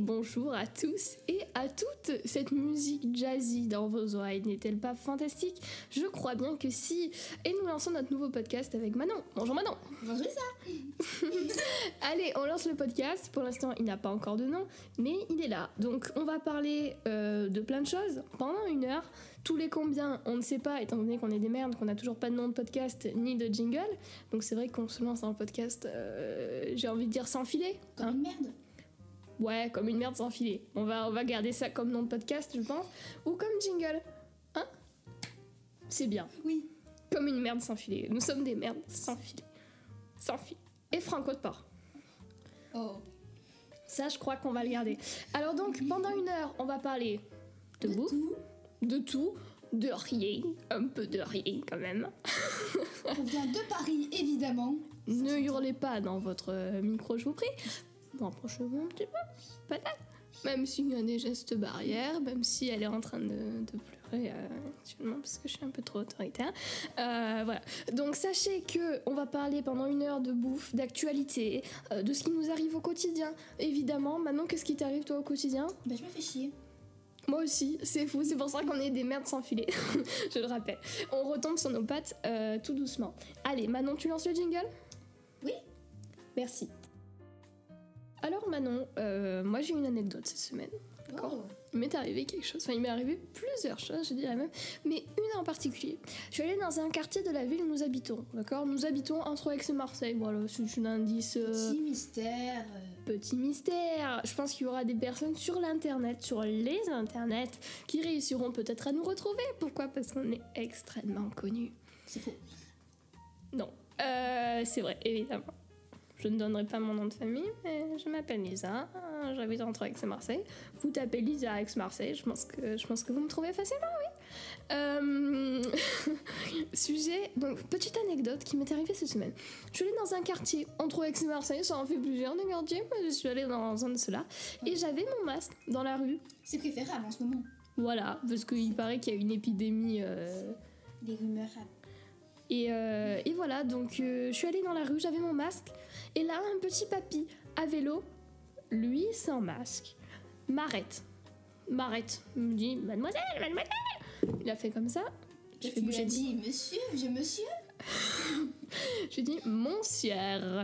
bonjour à tous et à toutes. Cette musique jazzy dans vos oreilles n'est-elle pas fantastique? Je crois bien que si. Et nous lançons notre nouveau podcast avec Manon. Bonjour Manon. Bonjour ça. Allez, on lance le podcast. Pour l'instant, il n'a pas encore de nom, mais il est là. Donc, on va parler de plein de choses pendant 1 heure. Tous les combien, on ne sait pas, étant donné qu'on est des merdes, qu'on n'a toujours pas de nom de podcast ni de jingle. Donc, c'est vrai qu'on se lance dans le podcast, j'ai envie de dire sans filet. Comme une merde. Ouais, comme une merde sans filet. On va garder ça comme nom de podcast, je pense. Ou comme jingle. Hein? C'est bien. Oui. Comme une merde sans filet. Nous sommes des merdes sans filet. Sans filet. Et Franco de Port. Oh. Ça, je crois qu'on va le garder. Alors donc, pendant 1 heure, on va parler de bouffe. Tout. De tout. De rien. Un peu de rien, quand même. On vient de Paris, évidemment. Ne hurlez pas dans votre micro, je vous prie. Bon, approchez-vous un petit peu. Peut-être. Même s'il y a des gestes barrières, même si elle est en train de pleurer actuellement parce que je suis un peu trop autoritaire. Voilà. Donc sachez que on va parler pendant 1 heure de bouffe, d'actualité, de ce qui nous arrive au quotidien. Évidemment, maintenant, qu'est-ce qui t'arrive toi au quotidien? Bah, je me fais chier. Moi aussi, c'est fou, c'est pour ça qu'on est des merdes sans filet, je le rappelle. On retombe sur nos pattes tout doucement. Allez, Manon, tu lances le jingle? Oui. Merci. Alors Manon, moi j'ai une anecdote cette semaine, d'accord? Oh. Il m'est arrivé quelque chose, enfin il m'est arrivé plusieurs choses, je dirais même, mais une en particulier. Je suis allée dans un quartier de la ville où nous habitons, d'accord? Nous habitons entre Aix et Marseille, voilà, c'est un indice... Petit mystère. Petit mystère. Je pense qu'il y aura des personnes sur l'internet, sur les internets, qui réussiront peut-être à nous retrouver. Pourquoi? Parce qu'on est extrêmement connus. C'est faux. Non, c'est vrai, évidemment. Je ne donnerai pas mon nom de famille, mais je m'appelle Lisa, j'habite entre Aix et Marseille. Vous tapez Lisa Aix-Marseille, je pense que vous me trouvez facilement, oui. Sujet, donc petite anecdote qui m'est arrivée cette semaine. Je suis allée dans un quartier entre Aix et Marseille, ça en fait plusieurs des quartiers, mais je suis allée dans un de ceux-là, et j'avais mon masque dans la rue. C'est préférable en ce moment. Voilà, parce qu'il paraît qu'il y a une épidémie... Des rumeurs. Et voilà, donc je suis allée dans la rue, j'avais mon masque, et là, un petit papy à vélo, lui sans masque, m'arrête, me dit « Mademoiselle, mademoiselle !» Il a fait comme ça. Tu lui as dit « Monsieur, monsieur ?» Je lui ai dit « Monsieur !»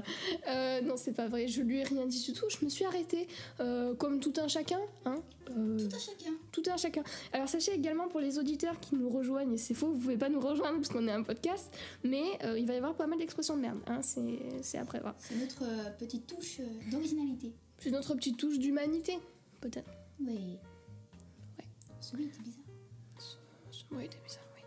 Non, c'est pas vrai, je lui ai rien dit du tout, je me suis arrêtée, comme tout un chacun, hein. Tout un chacun. Tout un chacun. Alors sachez également pour les auditeurs qui nous rejoignent, et c'est faux, vous pouvez pas nous rejoindre parce qu'on est un podcast, mais il va y avoir pas mal d'expressions de merde, hein, c'est à prévoir. C'est notre petite touche d'originalité. C'est notre petite touche d'humanité, peut-être. Oui. Ouais. Celui était bizarre. Ce mot était bizarre, oui.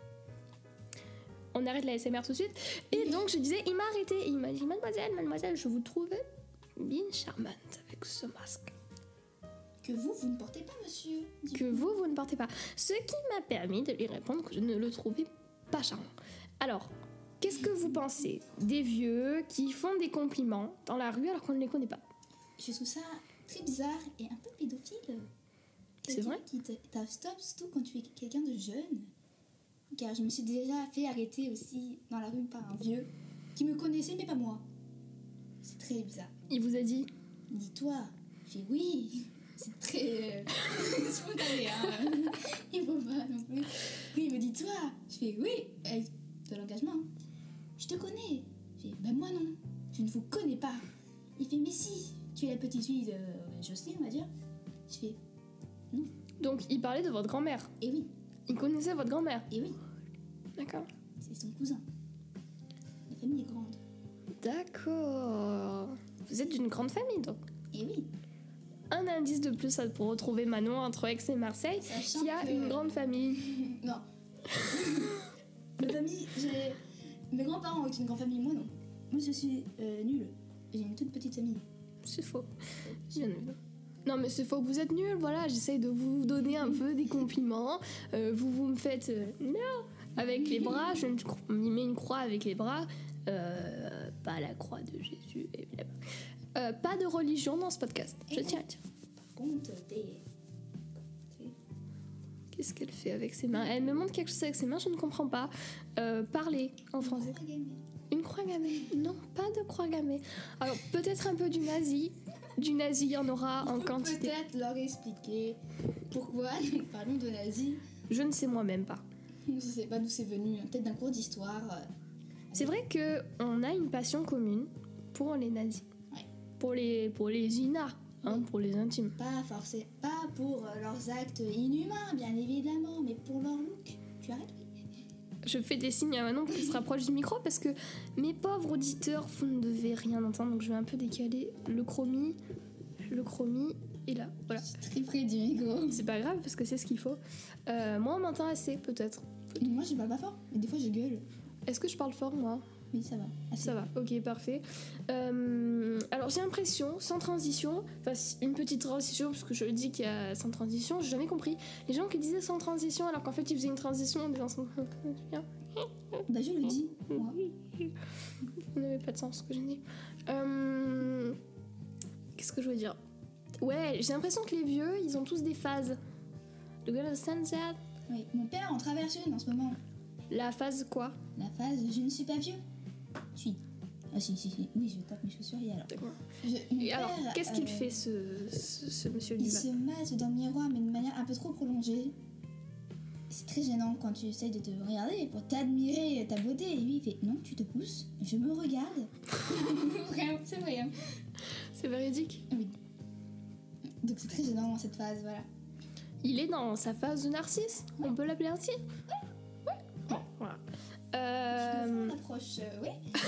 On arrête la SMR tout de suite. Et donc je disais, il m'a arrêté, et il m'a dit « Mademoiselle, je vous trouve bien charmante avec ce masque. » Que vous ne portez pas, monsieur. Que vous ne portez pas. Ce qui m'a permis de lui répondre que je ne le trouvais pas charmant. Alors, qu'est-ce que vous pensez des vieux qui font des compliments dans la rue alors qu'on ne les connaît pas? Je trouve ça très bizarre et un peu pédophile. C'est vrai? Qui t'instoppe, surtout quand tu es quelqu'un de jeune. Car je me suis déjà fait arrêter aussi dans la rue par un vieux qui me connaissait mais pas moi. C'est très bizarre. Il vous a dit? Dis-toi. J'ai dit oui. C'est très spontané, hein. Il faut pas non plus. Oui, il me dit toi. Je fais oui, avec de l'engagement. Je te connais. Je fais bah moi non, je ne vous connais pas. Il fait mais si, tu es la petite fille de Jocelyne, on va dire. Je fais non. Donc il parlait de votre grand-mère. Et oui. Il connaissait votre grand-mère. Et oui. D'accord. C'est son cousin. La famille est grande. D'accord. Vous êtes d'une grande famille donc. Et oui. Un indice de plus pour retrouver Manon entre Aix et Marseille, Sachant qui a une grande famille. Non. Ma famille, mes grands-parents ont une grande famille, moi non. Moi je suis nulle. J'ai une toute petite famille. C'est faux. Bien évidemment. Non mais c'est faux, vous êtes nuls, voilà, j'essaye de vous donner un peu des compliments. Vous me faites non avec les bras, je mets une croix avec les bras. Pas la croix de Jésus, évidemment. Pas de religion dans ce podcast, je tiens à dire. Par contre, Qu'est-ce qu'elle fait avec ses mains? Elle me montre quelque chose avec ses mains, je ne comprends pas. Parler en français. Croix gammée. Une croix gammée? Non, pas de croix gammée. Alors peut-être un peu du nazi. Du nazi, il y en aura en Il faut quantité. peut-être leur expliquer pourquoi nous parlons de nazis. Je ne sais moi-même pas. Je sais pas d'où c'est venu, peut-être d'un cours d'histoire. C'est vrai qu'on a une passion commune pour les nazis. Ouais. Pour les INA, hein, pour les intimes. Pas forcément, pas pour leurs actes inhumains, bien évidemment, mais pour leur look. Tu arrêtes, oui. Je fais des signes à Manon pour qu'elle se rapproche du micro parce que mes pauvres auditeurs, vous ne devez rien entendre, donc je vais un peu décaler le chromie et là, voilà. Je suis très près du micro. C'est pas grave parce que c'est ce qu'il faut. Moi, on m'entend assez, peut-être. Moi, je parle pas fort, mais des fois, je gueule. Est-ce que je parle fort, moi ? Oui, ça va. Assez. Ça va, ok, parfait. Alors j'ai l'impression, sans transition, enfin une petite transition, parce que je dis qu'il y a sans transition, j'ai jamais compris. Les gens qui disaient sans transition, alors qu'en fait ils faisaient une transition en disant sans transition. Bah, je le dis, moi. Ça n'avait pas de sens ce que j'ai dit. Qu'est-ce que je veux dire ? Ouais, j'ai l'impression que les vieux, ils ont tous des phases. Do you understand that ? Oui, mon père en traverse une en ce moment. La phase quoi ? La phase je ne suis pas vieux. Si. Ah si. Oui, je tape mes chaussures et alors. D'accord. Mon Et alors, père, qu'est-ce qu'il fait ce monsieur Il Duval ? se masse dans le miroir, mais de manière un peu trop prolongée. C'est très gênant quand tu essayes de te regarder pour t'admirer ta beauté. Et lui, il fait non, tu te pousses, je me regarde. Vraiment, c'est vrai. Hein. C'est véridique ? Oui. Donc c'est très gênant cette phase, voilà. Il est dans sa phase de narcisse, on peut l'appeler ainsi ? Ouais. Bon, voilà. On approche, oui.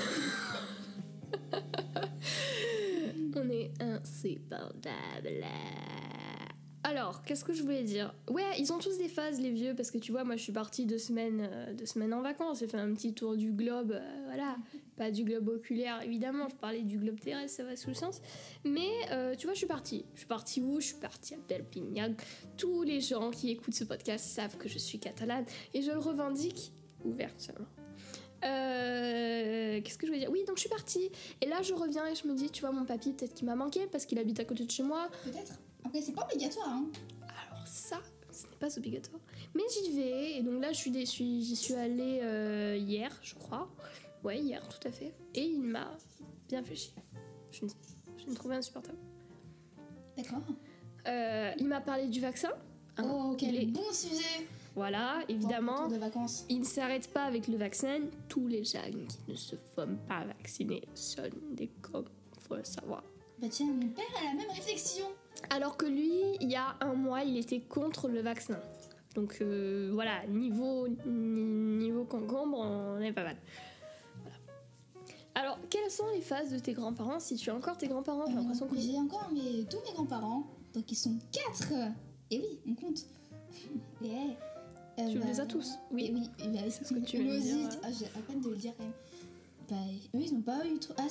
On est inséparables. Alors, qu'est-ce que je voulais dire ? Ouais, ils ont tous des phases, les vieux, parce que tu vois, moi je suis partie 2 semaines en vacances, j'ai fait un petit tour du globe, voilà. Pas du globe oculaire, évidemment, je parlais du globe terrestre, ça va sous le sens. Mais tu vois, je suis partie. Je suis partie où ? Je suis partie à Perpignan. Tous les gens qui écoutent ce podcast savent que je suis catalane, et je le revendique ouvertement. Qu'est-ce que je voulais dire ? Oui, donc je suis partie. Et là, je reviens et je me dis, tu vois, mon papy, peut-être qu'il m'a manqué parce qu'il habite à côté de chez moi. Peut-être. Après, c'est pas obligatoire, hein. Alors ça, ce n'est pas obligatoire. Mais j'y vais. Et donc là, j'y suis allée hier, je crois. Ouais, hier, tout à fait. Et il m'a bien fait chier. Je me trouvais insupportable. D'accord. Il m'a parlé du vaccin. Hein, Oh, quel bon sujet. Voilà, évidemment. Retour de vacances. Il ne s'arrête pas avec le vaccin. Tous les gens qui ne se font pas vacciner sont des cons, faut le savoir. Bah tiens, mon père a la même réflexion. Alors que lui, il y a 1 mois, il était contre le vaccin. Donc voilà, niveau concombre, on est pas mal. Voilà. Alors, quelles sont les phases de tes grands-parents, si tu as encore tes grands-parents ? J'ai l'impression que... J'ai encore tous mes grands-parents, donc ils sont 4. Et oui, on compte. Tu les as tous ? Oui. Oui, c'est ce que tu veux me dire. J'ai à peine de le dire quand même. Bah, eux, ils n'ont pas eu trop... Ah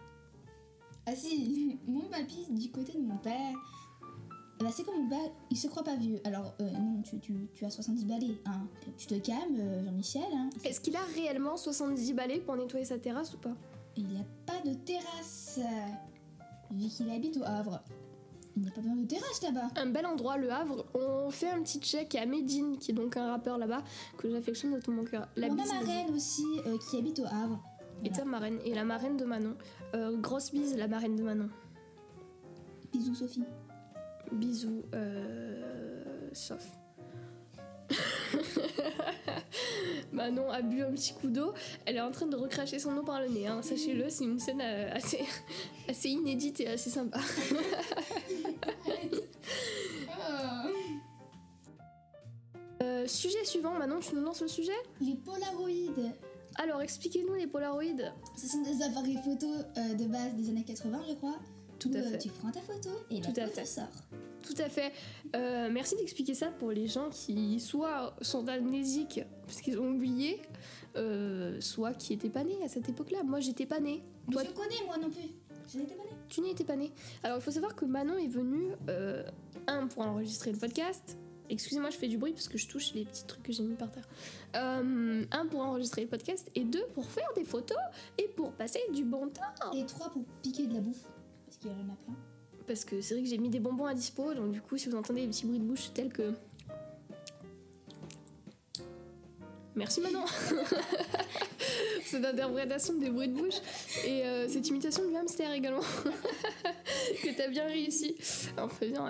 si, mon papy, du côté de mon père, bah, c'est comme mon père, il se croit pas vieux. Alors, non, tu as 70 balais, hein. Tu te calmes, Jean-Michel, hein. Est-ce qu'il a réellement 70 balais pour nettoyer sa terrasse ou pas ? Il n'y a pas de terrasse, vu qu'il habite au Havre. Il n'y a pas besoin de terrasse là-bas. Un bel endroit, le Havre. On fait un petit check à Medine, qui est donc un rappeur là-bas, que j'affectionne de tout mon cœur. On a ma reine aussi, qui habite au Havre. Et ta marraine, et la marraine de Manon. Grosse bise, la marraine de Manon. Bisous, Sophie. Bisous, sauf. Manon a bu un petit coup d'eau. Elle est en train de recracher son eau par le nez. Hein. Sachez-le, c'est une scène assez inédite et assez sympa. Sujet suivant, Manon, tu nous lances le sujet ? Les polaroïdes. Alors, expliquez-nous les polaroïdes. Ce sont des appareils photo de base des années 80, je crois. Tout à fait. Tu prends ta photo et Tout la à photo fait. sort. Tout à fait. Merci d'expliquer ça pour les gens qui soit sont amnésiques parce qu'ils ont oublié, soit qui étaient pas nés à cette époque-là. Moi, j'étais pas née. Mais Toi, je connais, moi non plus. Je n'étais pas née. tu n'y étais pas née. Alors, il faut savoir que Manon est venue, pour enregistrer le podcast. Excusez-moi, je fais du bruit parce que je touche les petits trucs que j'ai mis par terre. 1, pour enregistrer le podcast, et 2, pour faire des photos et pour passer du bon temps. Et 3, pour piquer de la bouffe. Parce qu'il y en a plein. Parce que c'est vrai que j'ai mis des bonbons à dispo, donc du coup, si vous entendez des petits bruits de bouche tels que... Merci Manon. Cette interprétation des bruits de bouche et cette imitation du hamster également que t'as bien réussi en faisant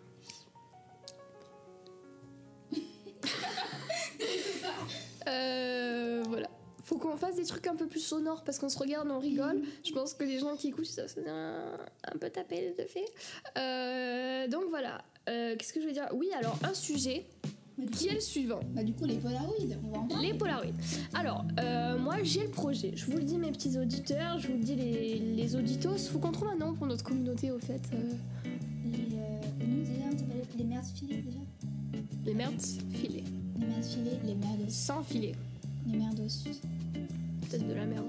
voilà. Faut qu'on fasse des trucs un peu plus sonores parce qu'on se regarde, on rigole. Je pense que les gens qui écoutent ça se un peu taper les effets. Donc voilà. Qu'est-ce que je veux dire? Oui, alors un sujet qui est le suivant. Bah du coup les Polaroids, on va en parler. Les Polaroids. Alors, moi j'ai le projet. Je vous le dis mes petits auditeurs, je vous le dis les auditos. Faut qu'on trouve un nom pour notre communauté au fait. Nous déjà, on s'appelle les merdes filées déjà. Les merdes filées. Les merdes filées, les merdes Sans filet. les merdes Peut-être de la merde.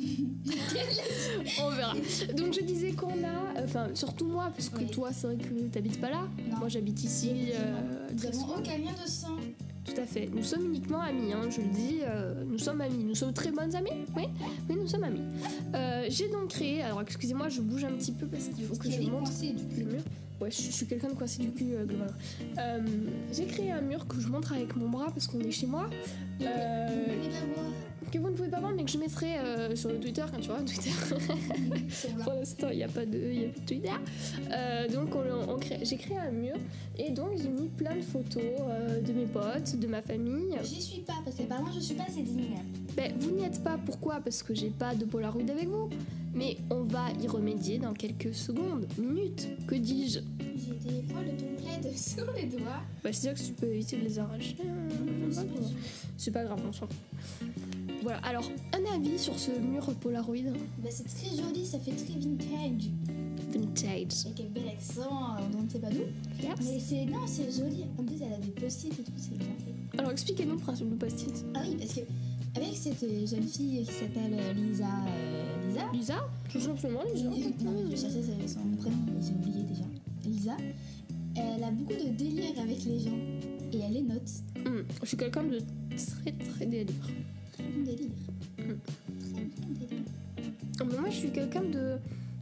On verra. Donc je disais qu'on a, enfin surtout moi, parce que Oui. toi c'est vrai que t'habites pas là. Non. Moi j'habite ici. Nous Très avons souvent. aucun lien de sang. Tout à fait. Nous sommes uniquement amis, hein, je le dis. Nous sommes amis. Nous sommes très bonnes amies. Oui, oui, nous sommes amis. J'ai donc créé. Alors excusez-moi, je bouge un petit peu parce qu'il faut que je montre le mur. Ouais, je suis quelqu'un de coincé du cul globalement. J'ai créé un mur que je montre avec mon bras parce qu'on est chez moi. Vous pouvez pas voir. Que vous ne pouvez pas voir, mais que je mettrai sur le Twitter quand tu vois Twitter. C'est Pour blanc. l'instant, il n'y a pas de Twitter. Donc, j'ai créé un mur et donc j'ai mis plein de photos de mes potes, de ma famille. J'y suis pas parce qu'apparemment je suis pas assez digne. Ben, vous n'y êtes pas, pourquoi? Parce que j'ai pas de Polaroid avec vous. Mais on va y remédier dans quelques secondes, minutes, que dis-je? J'ai des poils de ton plaid sur les doigts. Bah, c'est-à-dire que tu peux éviter de les arracher. C'est pas grave, on s'en fout. Voilà, alors, un avis sur ce mur Polaroid Bah c'est très joli, ça fait très vintage. vintage. Avec un bel accent, on ne sait pas d'où. Mais c'est joli. En plus elle a des post-it et tout, c'est bien fait. Alors, expliquez-nous le principe du post-it. Ah oui, parce que avec cette jeune fille qui s'appelle Lisa. Lisa? Tout simplement Lisa. Non, je cherchais son prénom, mais j'ai oublié déjà. Lisa. Elle a beaucoup de délire avec les gens. Et elle les note. Je suis quelqu'un de très très délire. Très bon délire. Très bon délire. Mais moi je suis quelqu'un de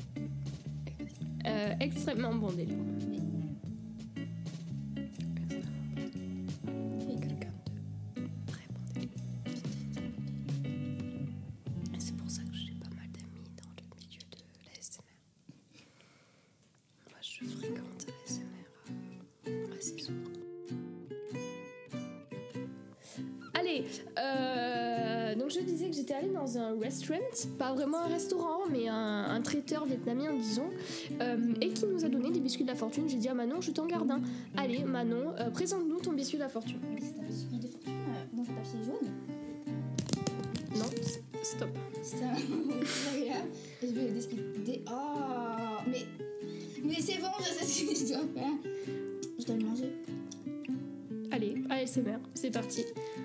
extrêmement bon délire. Quelqu'un de très bon délire. C'est pour ça que j'ai pas mal d'amis dans le milieu de l'ASMR. Moi je fréquente l'ASMR assez souvent. Allez, donc je disais que j'étais allée dans un restaurant, pas vraiment un restaurant, mais un traiteur vietnamien, disons, et qui nous a donné des biscuits de la fortune. J'ai dit à Manon, je t'en garde un. Allez, Manon, présente-nous ton biscuit de la fortune. C'est un biscuit de fortune dans un papier jaune. Non, stop. C'est agréable. Et je vais le discuter. Oh, mais c'est bon, je sais ce que je dois faire. Je dois le manger. Allez, ASMR, c'est parti.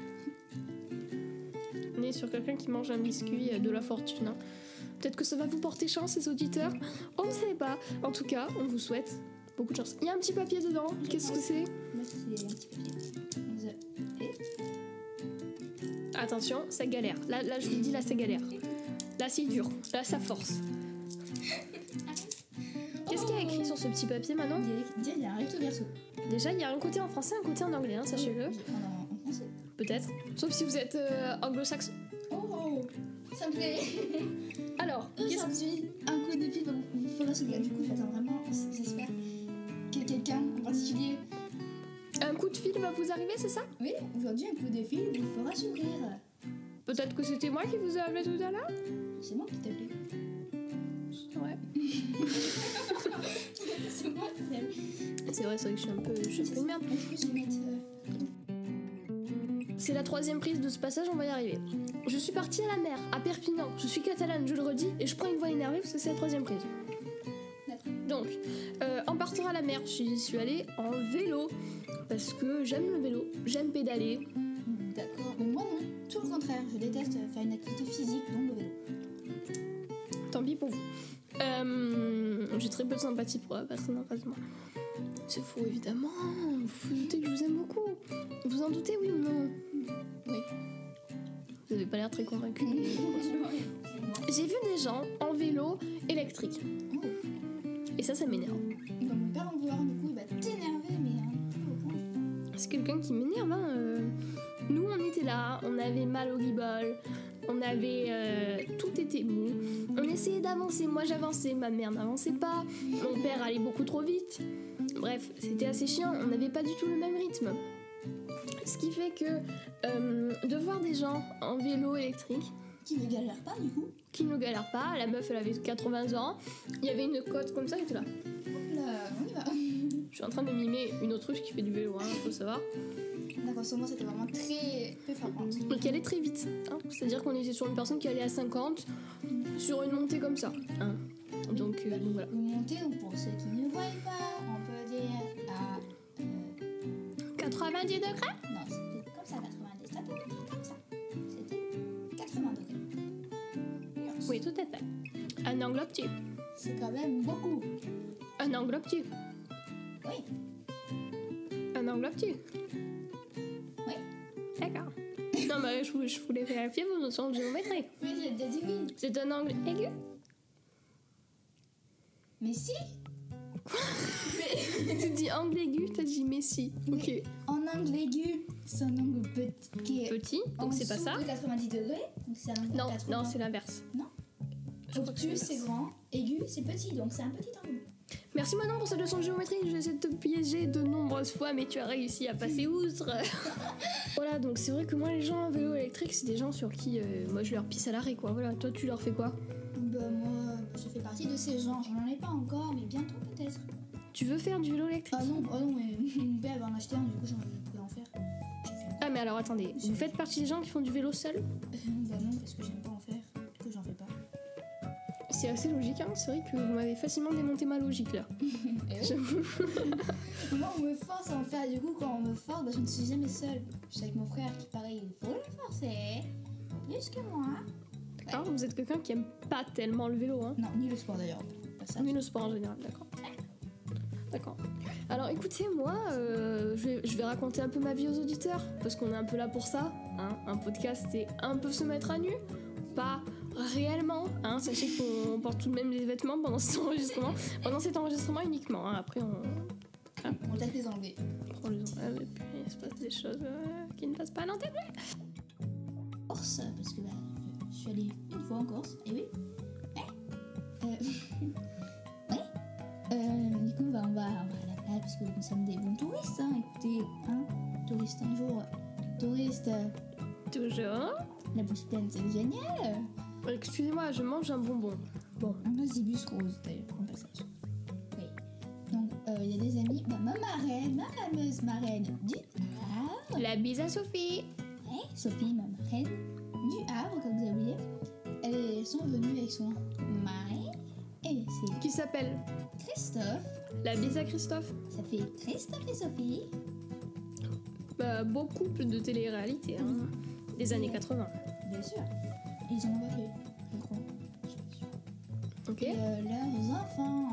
On est sur quelqu'un qui mange un biscuit de la fortune. Hein. Peut-être que ça va vous porter chance, les auditeurs. On ne sait pas. En tout cas, on vous souhaite beaucoup de chance. Il y a un petit papier dedans. Qu'est-ce que c'est? Moi, c'est un petit papier. Attention, ça galère. Là, je vous dis, là, ça galère. Là, c'est dur. Là, ça force. Qu'est-ce qu'il y a écrit sur ce petit papier, maintenant? Il y a un recto verso. Déjà, il y a un côté en français, un côté en anglais, hein, sachez-le. Je vais prendre en français. Peut-être. Sauf si vous êtes anglo-saxon. Oh, ça me plaît. Alors, Aujourd'hui, un coup d'épée va vous fera sourire. Du coup, j'attends vraiment, j'espère que quelqu'un en particulier. un coup de fil va vous arriver, c'est ça? Oui, aujourd'hui, un coup de fil vous fera sourire. Peut-être que c'était moi qui vous ai appelé tout à l'heure? C'est moi qui t'appelais. Ouais. C'est moi qui t'appelais. C'est vrai que je suis un peu une merde. Du coup, je vais mettre. C'est la 3e prise de ce passage, on va y arriver. Je suis partie à la mer, à Perpignan. Je suis catalane, je le redis, et je prends une voix énervée parce que c'est la 3e prise. Donc, en partant à la mer, je suis allée en vélo parce que j'aime le vélo, j'aime pédaler. D'accord, mais moi non, tout le contraire. Je déteste faire une activité physique, donc le vélo. Tant pis pour vous. J'ai très peu de sympathie pour la personne en face de moi. C'est faux, évidemment. Vous vous doutez que je vous aime beaucoup. Vous en doutez, oui ou non? Oui. Vous avez pas l'air très convaincu. J'ai vu des gens en vélo électrique. Oh. Et ça m'énerve. Il va me pas en vouloir, du coup, il va t'énerver, mais un peu au point. C'est quelqu'un qui m'énerve, hein. Nous, on est était là, on avait mal au guibole, on avait... tout était mou. On essayait d'avancer, moi j'avançais, ma mère n'avançait pas, mon père allait beaucoup trop vite. Bref, c'était assez chiant, on n'avait pas du tout le même rythme. Ce qui fait que de voir des gens en vélo électrique... Qui ne galère pas du coup. Qui ne galère pas, la meuf elle avait 80 ans, il y avait une côte comme ça, elle était là. Hop là, on y va. Je suis en train de mimer une autruche qui fait du vélo, faut savoir. D'accord, sûrement c'était vraiment très peu frappante. Donc elle allait très vite, hein. C'est-à-dire qu'on était sur une personne qui allait à 50 sur une montée comme ça. Hein. Donc voilà. Une montée, pour ceux qui ne voient pas, on peut dire à 90 degrés. Non, c'était comme ça, 90. Ça peut être comme ça. C'était 80 degrés. Oui, tout à fait. Un angle obtus. C'est quand même beaucoup. Un angle obtus. Oui. Un angle obtus. Oui. D'accord. Non, mais je voulais vérifier vos notions de géométrie. Oui, j'ai déjà dit oui. C'est un angle aigu. Mais si. Tu dis angle aigu, t'as dit mais si. Ok. Mais en angle aigu, c'est un angle petit qui est Petit, donc c'est pas ça. de 90 degrés. Donc c'est un angle Non, 80. non, c'est l'inverse. Non. Je crois que c'est Obtus, c'est l'inverse. grand. Aigu, c'est petit. Donc c'est un petit angle. Merci Manon pour cette leçon de géométrie. Je vais essayer de te piéger de nombreuses fois, mais tu as réussi à passer outre. Voilà, donc c'est vrai que moi, les gens en vélo électrique, c'est des gens sur qui moi je leur pisse à l'arrêt, quoi. Voilà, toi tu leur fais quoi? Bah moi, je fais partie de ces gens. J'en ai pas encore, mais bientôt peut-être. Tu veux faire du vélo électrique? Ah non, mais mon père va en acheter un, du coup je pourrais en faire. J'ai fait. Ah, mais alors attendez, vous faites partie des gens qui font du vélo seul? Bah non, parce que j'aime pas en faire, que j'en fais pas. C'est assez logique, hein. C'est vrai que vous m'avez facilement démonté ma logique là. J'avoue. Moi, on me force à en faire, du coup, quand on me force, bah, je ne suis jamais seule. Je suis avec mon frère qui, pareil, il faut le forcer, plus que moi. D'accord, vous êtes quelqu'un qui aime pas tellement le vélo, hein. Non, ni le sport d'ailleurs. Pas ça. Mais le sport en général, d'accord. D'accord. Alors écoutez, moi, je vais raconter un peu ma vie aux auditeurs, parce qu'on est un peu là pour ça. Hein. Un podcast, c'est un peu se mettre à nu, pas réellement. Hein. Sachez qu'on porte tout de même les vêtements pendant cet enregistrement. Pendant cet enregistrement uniquement. Hein. Après, On t'a les enlever. prend les enlève et puis il se passe des choses qui ne passent pas à l'antenne. Corse, parce que bah, je suis allée une fois en Corse, et oui. Ouais. Du coup, bah, on va à la plage, parce que nous sommes des bons touristes, hein. Écoutez, hein, touriste un jour, touriste, Toujours. la bouche pleine, c'est génial. Excusez-moi, je mange un bonbon. Bon. Un osibus rose, d'ailleurs, en passage. Oui. Donc, il y a des amis, bah, ma marraine, ma fameuse marraine du Havre. La bise à Sophie. Ouais, Sophie, ma marraine du Havre, comme vous avez oublié. Elles sont venues avec son mari. Et c'est Qui s'appelle Christophe. La bise à Christophe. Ça fait Christophe et Sophie. Bah, beau couple de télé-réalité, hein. Des années 80. Bien sûr. Ils ont embarqué, je crois. Je suis pas sûre. Ok. Et leurs enfants,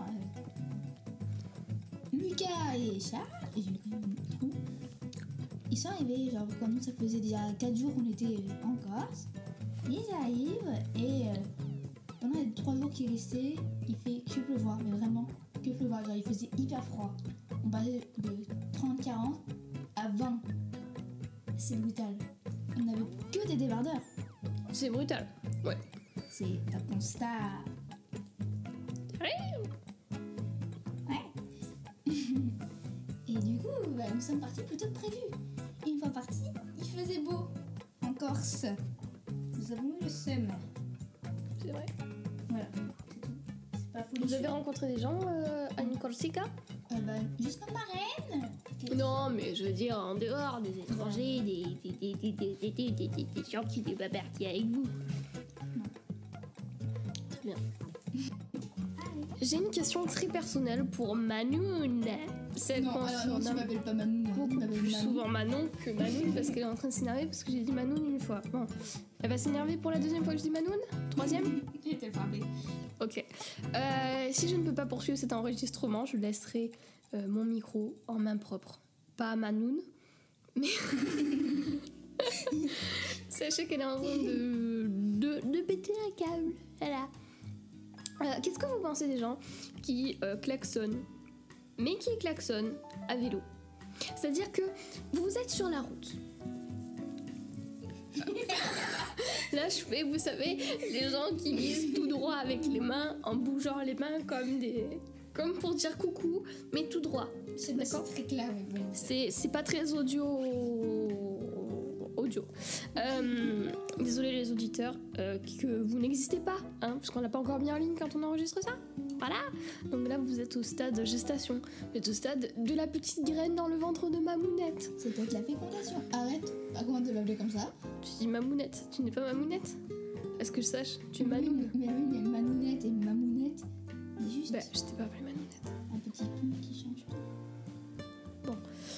Lucas et Charles, et j'ai quand même trop. Ils sont arrivés, genre, quand nous, ça faisait déjà 4 jours qu'on était en Corse. Ils arrivent et pendant les 3 jours qu'ils restaient, il fait que pleuvoir, mais vraiment que pleuvoir. Genre, il faisait hyper froid. On passait de 30-40 à 20. C'est brutal. On n'avait que des débardeurs. C'est brutal. Ouais. C'est un constat. Ouais. Et du coup, bah, nous sommes partis plus tôt que prévu. Une fois partis, il faisait beau en Corse. Nous avons eu le seum. C'est vrai. Voilà, c'est tout. C'est pas fou. Vous avez rencontré des gens à Corsica? Bah, juste ma marraine. Non, mais je veux dire, en dehors des étrangers, des gens qui n'étaient pas partis avec vous. Très bien. J'ai une question très personnelle pour Manoun. Celle qu'on surnomme m'appelles pas Manon. beaucoup plus souvent Manon que Manoun parce qu'elle est en train de s'énerver parce que j'ai dit Manoun une fois. Bon, elle va s'énerver pour la deuxième fois que je dis Manoun? Troisième? J'ai été frappée. Ok. Si je ne peux pas poursuivre cet enregistrement, je laisserai mon micro en main propre. Pas à Manoun, mais sachez qu'elle est en train de péter un câble. Voilà. Qu'est-ce que vous pensez des gens qui klaxonnent, mais qui klaxonnent à vélo? C'est-à-dire que vous êtes sur la route Là, je fais, vous savez, les gens qui lisent tout droit avec les mains, en bougeant les mains comme pour dire coucou, mais tout droit. C'est très clair, mais bon. C'est pas très audio. Désolé les auditeurs que vous n'existez pas, hein, parce qu'on l'a pas encore mis en ligne quand on enregistre ça. Voilà. Donc là, vous êtes au stade gestation. Vous êtes au stade de la petite graine dans le ventre de Mamounette. C'est peut-être la fécondation. Arrête. Ah, comment tu m'appeler comme ça? Tu dis Mamounette, tu n'es pas Mamounette? Est-ce que je sache? Tu es Manoune. Mais oui, mais Manounette et Mamounette. Mais juste. Bah, je t'ai pas appelé Manounette. Un petit pont qui change tout. Bon.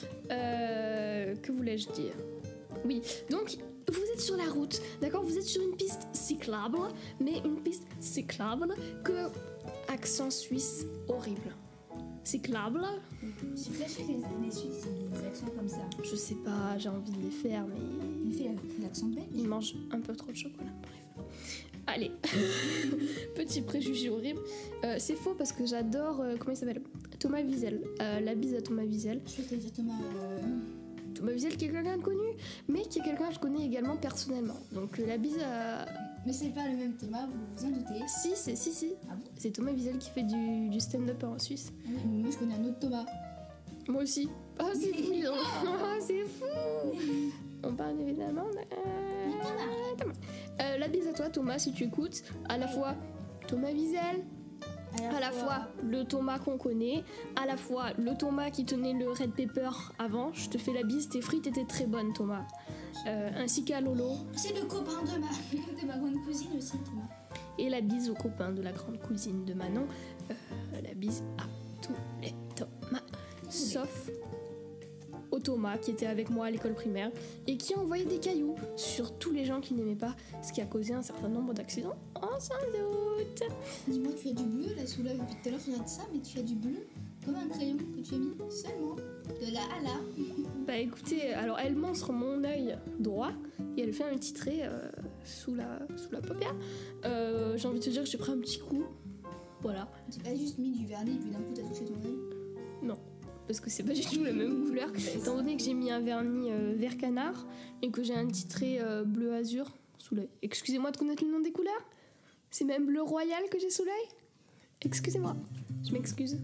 Que voulais-je dire? Oui, donc vous êtes sur la route, d'accord? Vous êtes sur une piste cyclable, mais une piste cyclable que accent suisse horrible. Cyclable? C'est vrai que les Suisses, c'est des accents comme ça. Je sais pas, j'ai envie de les faire, mais Il fait l'accent belge. ils mangent un peu trop de chocolat. Bref. Allez, petit préjugé horrible. C'est faux parce que j'adore, comment il s'appelle? Thomas Wiesel. La bise à Thomas Wiesel. Je crois que t'as Thomas. Thomas Wiesel qui est quelqu'un de connu, mais qui est quelqu'un que je connais également personnellement. Donc la bise à... Mais c'est pas le même Thomas, vous vous en doutez. Si. Ah bon? C'est Thomas Wiesel qui fait du stand-up en Suisse. Ah oui, mais moi je connais un autre Thomas. Moi aussi. Oh, c'est fou, dis donc. Oh, c'est fou. On parle évidemment de... Thomas. La bise à toi, Thomas, si tu écoutes. À la fois Thomas Wiesel, à la fois le Thomas qu'on connaît, à la fois le Thomas qui tenait le Red Pepper avant. Je te fais la bise, tes frites étaient très bonnes, Thomas. Ainsi qu'à Lolo. C'est le copain de ma grande cousine aussi, Thomas. Et la bise au copain de la grande cousine de Manon. La bise à tous les Thomas. Sauf au Thomas qui était avec moi à l'école primaire et qui a envoyé des cailloux sur tous les gens qu'il n'aimait pas, ce qui a causé un certain nombre d'accidents. On s'en doute. Dis-moi, tu as du bleu là sous l'œil. Depuis tout à l'heure, tu regardes ça, mais tu as du bleu comme un crayon que tu as mis seulement de là à là. Bah écoutez, alors elle ment sur mon œil droit et elle fait un petit trait sous la paupière. J'ai envie de te dire que j'ai pris un petit coup. Voilà. Tu n'as pas juste mis du vernis et puis d'un coup t'as touché ton œil. Non. Parce que c'est pas du tout la même couleur. Étant donné que j'ai mis un vernis vert canard et que j'ai un petit trait bleu azur sous l'œil. Excusez-moi de connaître le nom des couleurs. C'est même bleu royal que j'ai sous l'œil. Excusez-moi. Je m'excuse.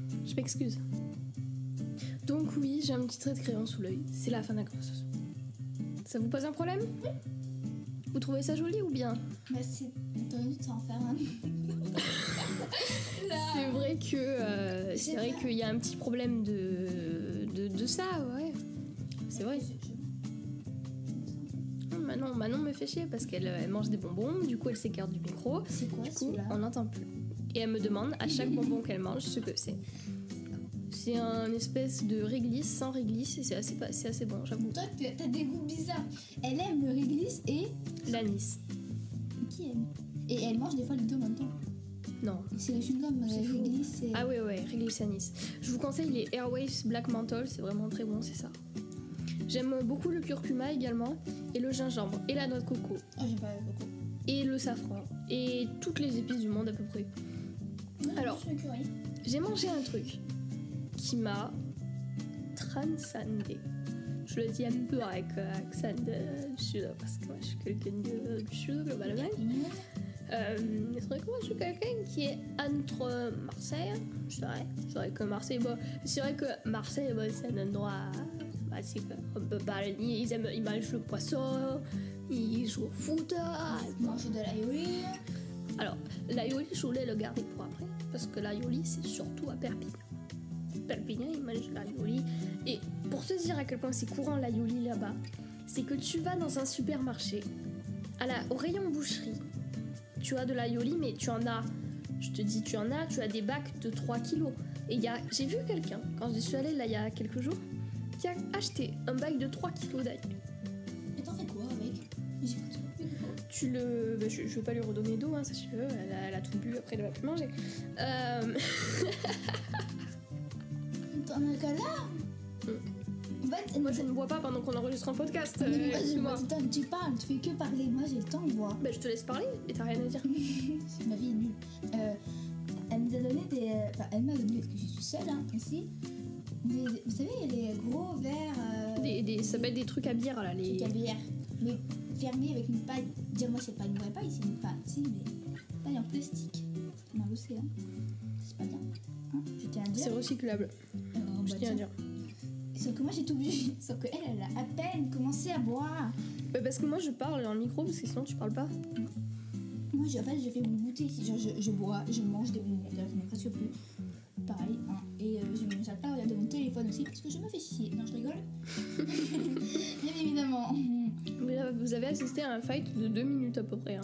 Donc oui, j'ai un petit trait de crayon sous l'œil. C'est la fin de la conversation. Ça vous pose un problème? Oui. Vous trouvez ça joli ou bien? Bah c'est... T'aurais dû t'en faire un. C'est vrai qu'il y a un petit problème de ça, ouais. C'est vrai. Manon me fait chier parce qu'elle mange des bonbons, du coup elle s'écarte du micro. C'est quoi du coup celui-là? on n'entend plus. Et elle me demande à chaque bonbon qu'elle mange ce que c'est. C'est un espèce de réglisse sans réglisse et c'est assez bon, j'avoue. Toi t'as des goûts bizarres. Elle aime le réglisse et... L'anis. Qui aime? Et elle mange des fois les deux en même temps. Non. C'est le chewing-gum réglisse et... Ah ouais, réglisse anis. Je vous conseille les Airwaves Black Menthol, c'est vraiment très bon, c'est ça. J'aime beaucoup le curcuma également, et le gingembre, et la noix de coco. Oh, j'aime pas le coco. Et le safran, et toutes les épices du monde à peu près. Non, alors, juste le curry. j'ai mangé un truc qui m'a transcendé. Je le dis un peu avec accent du sud, parce que moi je suis quelqu'un du sud globalement. C'est vrai que moi je suis quelqu'un qui est entre Marseille, c'est vrai que Marseille, bon, c'est vrai que Marseille, bon, c'est un endroit basique, on peut pas le nier, ils mangent le poisson, ils jouent au foot, Ils mangent de l'aioli. Alors, l'aioli, je voulais le garder pour après, parce que l'aioli, c'est surtout à Perpignan. Perpignan, ils mangent l'aioli. Et pour te dire à quel point c'est courant l'aioli là-bas, c'est que tu vas dans un supermarché, au rayon boucherie, tu as de l'aioli, mais tu en as, tu as des bacs de 3 kilos. Et j'ai vu quelqu'un, quand je suis allée là il y a quelques jours, qui a acheté un bac de 3 kilos d'aioli. Et t'en fais quoi avec? J'ai pas tout. Je vais pas lui redonner d'eau, hein, ça si tu veux, elle a tout bu, après elle va plus manger. T'en as qu'à là? Moi je ne bois pas pendant qu'on enregistre un podcast. Moi, tu parles, tu fais que parler. Moi j'ai le temps de boire. Bah je te laisse parler et t'as rien à dire. Ma vie est nulle. Elle nous a donné elle m'a donné, parce que je suis seule hein, ici, vous savez les gros verres Ça peut être des trucs à bière là. Les... Truc à bière. Mais fermé avec une paille. Dire-moi, c'est pas une vraie paille, c'est une paille. Si, mais paille en plastique. Dans l'océan. C'est pas bien. Hein, je tiens à dire. C'est recyclable. Je tiens à dire. Sauf que moi j'ai tout bu. Sauf qu'elle, elle a à peine commencé à boire. Bah parce que moi je parle dans le micro parce que sinon tu parles pas. Moi, en fait, j'ai fait mon goûter. Genre, je bois, je mange des bonbons. D'ailleurs, je n'en ai presque plus. Pareil. Hein. Et j'arrête pas à regarder mon téléphone aussi parce que je me fais chier. Non, je rigole. Bien évidemment. Vous avez assisté à un fight de 2 minutes à peu près. Hein.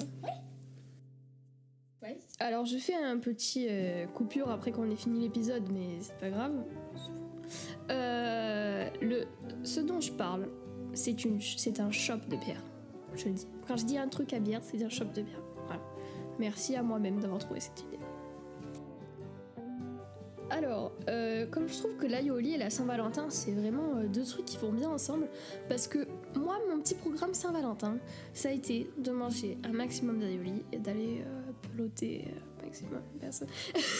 Ouais. Alors je fais un petit coupure après qu'on ait fini l'épisode, mais c'est pas grave. Ce dont je parle, c'est un shop de bière. Je le dis. Quand je dis un truc à bière, c'est un shop de bière. Voilà. Merci à moi-même d'avoir trouvé cette idée. Alors, comme je trouve que l'aioli et la Saint-Valentin, c'est vraiment deux trucs qui vont bien ensemble, parce que moi, mon petit programme Saint-Valentin, ça a été de manger un maximum d'aioli et d'aller peloter un maximum de personnes.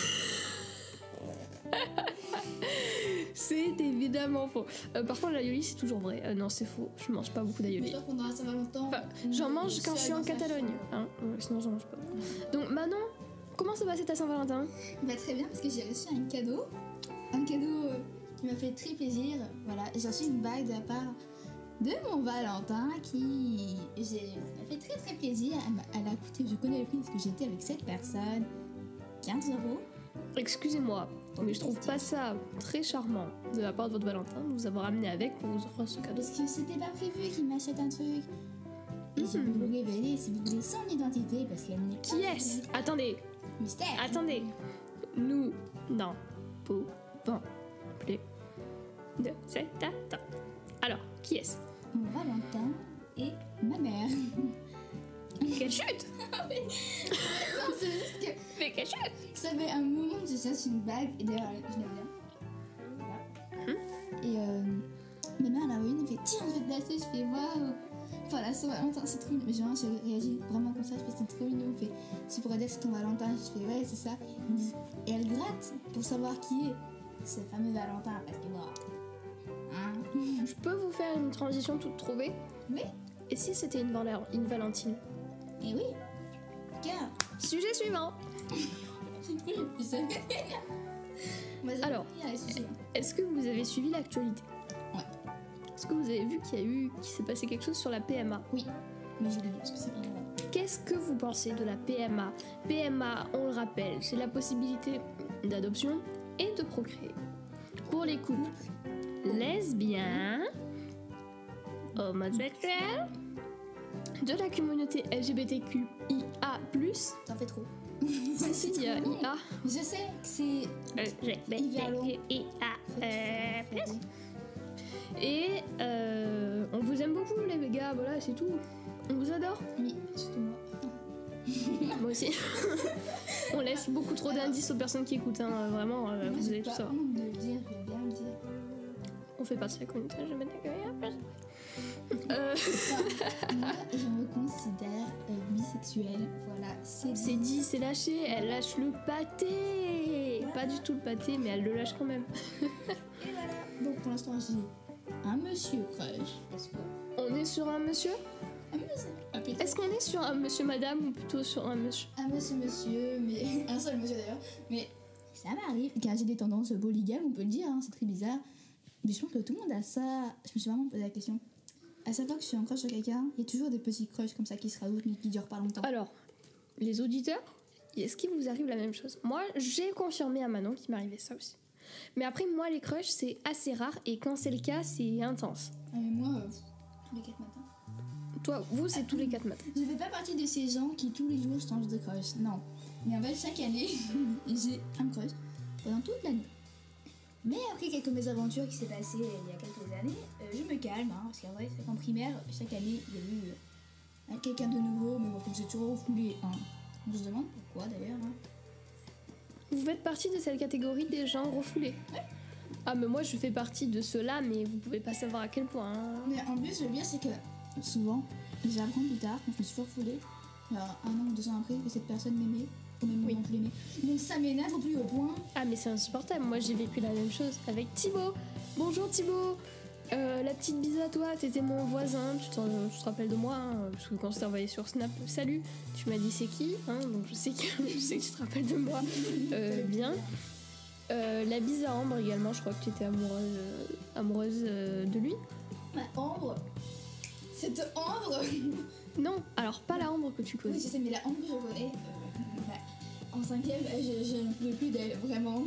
C'est évidemment faux. Par contre, l'aioli, c'est toujours vrai. Non, c'est faux. Je mange pas beaucoup d'aioli. J'espère qu'on aura Saint-Valentin. Enfin, j'en mange quand je suis en Catalogne. Hein. Sinon, j'en mange pas. Donc, Manon, comment ça va ta Saint-Valentin? Bah, très bien, parce que j'ai reçu un cadeau. Un cadeau qui m'a fait très plaisir. Voilà, j'ai reçu une bague de la part de mon Valentin qui m'a fait très très plaisir. Elle a coûté, je connais le prix parce que j'étais avec cette personne, 15 €. Excusez-moi, mais je trouve pas ça très charmant de la part de votre Valentin de vous avoir amené avec pour vous offrir ce cadeau. Parce que c'était pas prévu qu'il m'achète un truc. Et je vais vous révéler, si vous voulez, son identité, parce qu'elle n'est pas... Qui est-ce? Attendez, Mystère. attendez. Nous n'en pouvons plus de cet attente. Alors, qui est-ce? Mon Valentin et ma mère. Quelle chute! Non, c'est juste que Mais quelle chute! ça fait un moment que je cherche une bague, et d'ailleurs, je l'aime bien. Voilà. Et ma mère en a une, elle fait tiens, je vais te l'acheter, je fais waouh! Enfin, la Saint-Valentin, c'est trop mignon. Mais genre, j'ai réagi vraiment comme ça, je fais c'est trop mignon. Elle fait tu pourrais dire que c'est ton Valentin, je fais ouais, c'est ça. Et elle gratte pour savoir qui est ce fameux Valentin, parce que bon. Hein? Je peux vous faire une transition toute trouvée? Oui, Et si c'était une Valentine? et oui. Car, Sujet suivant! je savais. Alors, est-ce que vous avez suivi l'actualité? Ouais. Est-ce que vous avez vu qu'il s'est passé quelque chose sur la PMA? Oui, mais je l'ai vu parce que c'est pas grave. Qu'est-ce que vous pensez de la PMA? PMA, on le rappelle, c'est la possibilité d'adoption et de procréer pour les couples lesbiens, homosexuels, de la communauté LGBTQIA+. T'en fais trop. Si, il y a IA. Je sais que c'est LGBTQIA+. Et on vous aime beaucoup les gars, voilà, c'est tout. On vous adore. Oui, surtout moi. Moi aussi. On laisse beaucoup trop d'indices aux personnes qui écoutent, hein, vraiment, Moi, vous j'ai allez tout pas savoir. honte de le dire, je vais bien le dire. On fait partie de la communauté LGBTQIA+. Moi, je me considère bisexuelle. Voilà, C'est dit, c'est lâché, elle lâche le pâté. Pas du tout le pâté, mais elle le lâche quand même. Et voilà. Donc pour l'instant, j'ai un monsieur crush. Parce que. On est sur un monsieur? Un monsieur. Ah, putain. Est-ce qu'on est sur un monsieur madame ou plutôt sur un monsieur? Un monsieur, mais. Un seul monsieur d'ailleurs. Mais ça m'arrive, car j'ai des tendances polygames, on peut le dire, hein, c'est très bizarre. Mais je pense que tout le monde a ça. Je me suis vraiment posé la question. À chaque fois que je suis en crush sur quelqu'un, il y a toujours des petits crushs comme ça qui se rajoutent mais qui durent pas longtemps. Alors, les auditeurs, est-ce qu'il vous arrive la même chose? Moi, j'ai confirmé à Manon qu'il m'arrivait ça aussi. Mais après, moi, les crushs, c'est assez rare et quand c'est le cas, c'est intense. Ah, mais moi, tous les 4 matins. Toi, vous, c'est tous les 4 matins. Je fais pas partie de ces gens qui tous les jours changent de crush. Non. Mais en fait, chaque année, j'ai un crush pendant toute l'année. Mais après quelques mésaventures qui s'est passées il y a quelques années, je me calme, hein, parce qu'en vrai, c'est qu'en primaire, chaque année, il y a eu quelqu'un de nouveau, mais bon, que j'ai toujours refoulé. Hein. On se demande pourquoi d'ailleurs. Hein. Vous faites partie de cette catégorie des gens refoulés? Ouais. Ah, mais moi, je fais partie de ceux-là, mais vous pouvez pas savoir à quel point. Hein. Mais en plus, le pire, c'est que souvent, j'apprends plus tard, quand je me suis refoulée, genre 1 an ou 2 ans après, que cette personne m'aimait, au même moment que je l'aimais. Donc ça m'énerve au plus haut point. Ah, mais c'est insupportable. Moi, j'ai vécu la même chose avec Thibaut. Bonjour Thibaut. La petite bise à toi, t'étais mon voisin, tu te rappelles de moi, hein, parce que quand je t'ai envoyé sur Snap, salut, tu m'as dit c'est qui, hein, donc je sais que tu te rappelles de moi bien. La bise à Ambre également, je crois que tu étais amoureuse de lui. Ambre. Cette Ambre. Non, alors pas la Ambre que tu connais. Oui, je sais, mais la Ambre que je connais. En 5ème, je ne pouvais plus d'elle, vraiment.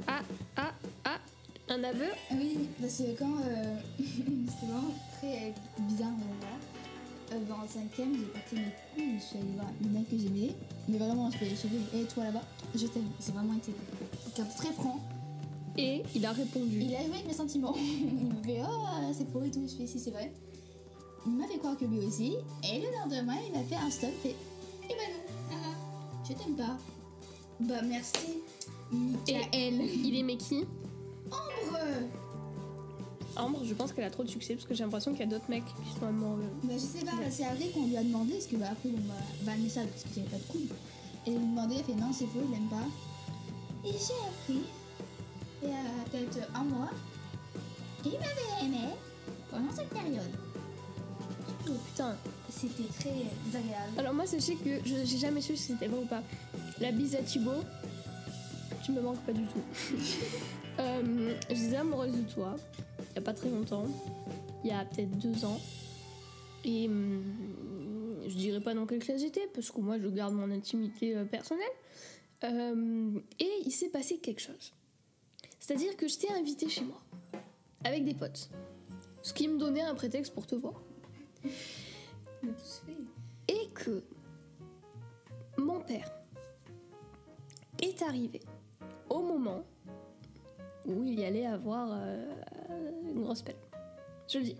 Un aveu? Oui, parce que quand. C'était vraiment très bizarre, voilà. En 5ème, j'ai porté mes couilles, je suis allée voir le mec que j'aimais. Mais vraiment, je suis allée, toi là-bas, je t'aime. J'ai vraiment été quelqu'un de très franc. Et il a répondu. Il a joué avec mes sentiments. Il me fait oh, c'est pour et tout. Je fais si c'est vrai. Il m'a fait croire que lui aussi. Et le lendemain, il m'a fait un stop. Et bah non, je t'aime pas. Bah merci. Michael. Il aimait qui? Ambre. Ambre, je pense qu'elle a trop de succès parce que j'ai l'impression qu'il y a d'autres mecs qui sont amoureux. Bah je sais pas, c'est après qu'on lui a demandé. Parce que bah après on m'a banni ça parce que j'avais pas de couilles. Et il lui demandé, il fait non, c'est faux, il l'aime pas. Et j'ai appris. Il y a peut-être un mois. Et il m'avait aimé pendant cette période. Oh putain. C'était très agréable. Alors moi sachez que j'ai jamais su si c'était vrai ou pas. La bise à Thibaut, tu me manques pas du tout. J'étais amoureuse de toi, il y a pas très longtemps, il y a peut-être 2 ans. Et je dirais pas dans quelle classe j'étais, parce que moi je garde mon intimité personnelle. Et il s'est passé quelque chose. C'est-à-dire que je t'ai invité chez moi, avec des potes. Ce qui me donnait un prétexte pour te voir. On a tous fait. Et que mon père est arrivé au moment où il y allait avoir une grosse pelle. Je le dis.